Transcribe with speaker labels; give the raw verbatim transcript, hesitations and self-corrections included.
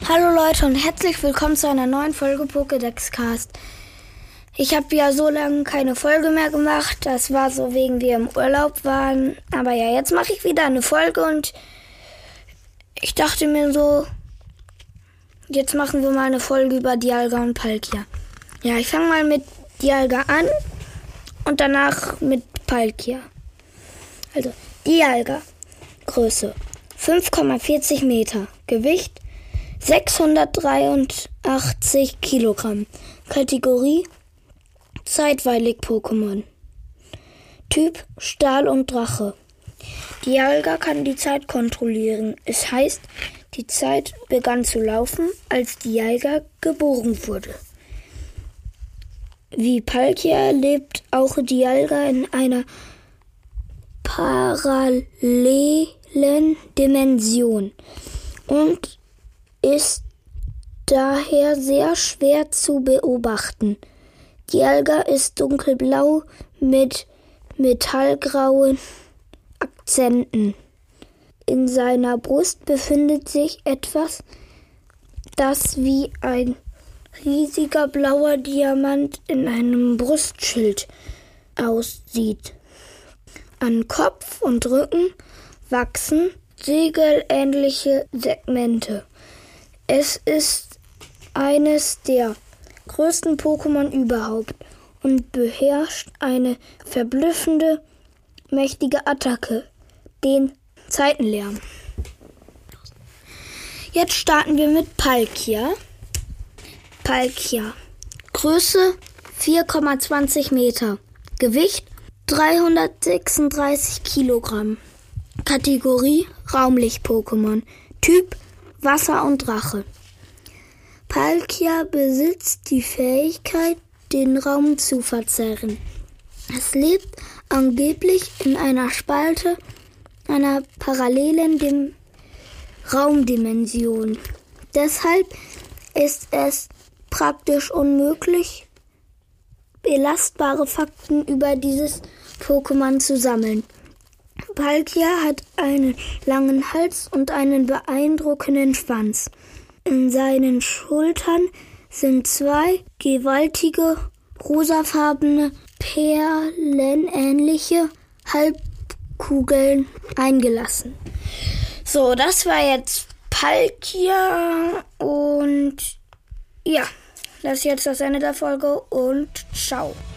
Speaker 1: Hallo Leute und herzlich willkommen zu einer neuen Folge Pokédex Cast. Ich habe ja so lange keine Folge mehr gemacht. Das war so, wegen wir im Urlaub waren. Aber ja, jetzt mache ich wieder eine Folge und ich dachte mir so, jetzt machen wir mal eine Folge über Dialga und Palkia. Ja, ich fange mal mit Dialga an und danach mit Palkia. Also, Dialga. Größe fünf Komma vierzig Meter. Gewicht sechshundertdreiundachtzig Kilogramm. Kategorie Zeitweilig Pokémon. Typ Stahl und Drache. Dialga kann die Zeit kontrollieren. Es heißt, die Zeit begann zu laufen, als Dialga geboren wurde. Wie Palkia lebt auch Dialga in einer parallelen Dimension und ist daher sehr schwer zu beobachten. Dialga ist dunkelblau mit metallgrauen Akzenten. In seiner Brust befindet sich etwas, das wie ein riesiger blauer Diamant in einem Brustschild aussieht. An Kopf und Rücken wachsen segelähnliche Segmente. Es ist eines der größten Pokémon überhaupt und beherrscht eine verblüffende, mächtige Attacke, den Zeitenlärm. Jetzt starten wir mit Palkia. Palkia. Größe vier Komma zwanzig Meter. Gewicht dreihundertsechsunddreißig Kilogramm. Kategorie Raumlicht-Pokémon. Typ Wasser und Drache. Palkia besitzt die Fähigkeit, den Raum zu verzerren. Es lebt angeblich in einer Spalte einer parallelen Dim- Raumdimension. Deshalb ist es praktisch unmöglich, belastbare Fakten über dieses Pokémon zu sammeln. Palkia hat einen langen Hals und einen beeindruckenden Schwanz. In seinen Schultern sind zwei gewaltige, rosafarbene, perlenähnliche Halbkugeln eingelassen. So, das war jetzt Palkia und ja, das ist jetzt das Ende der Folge und ciao.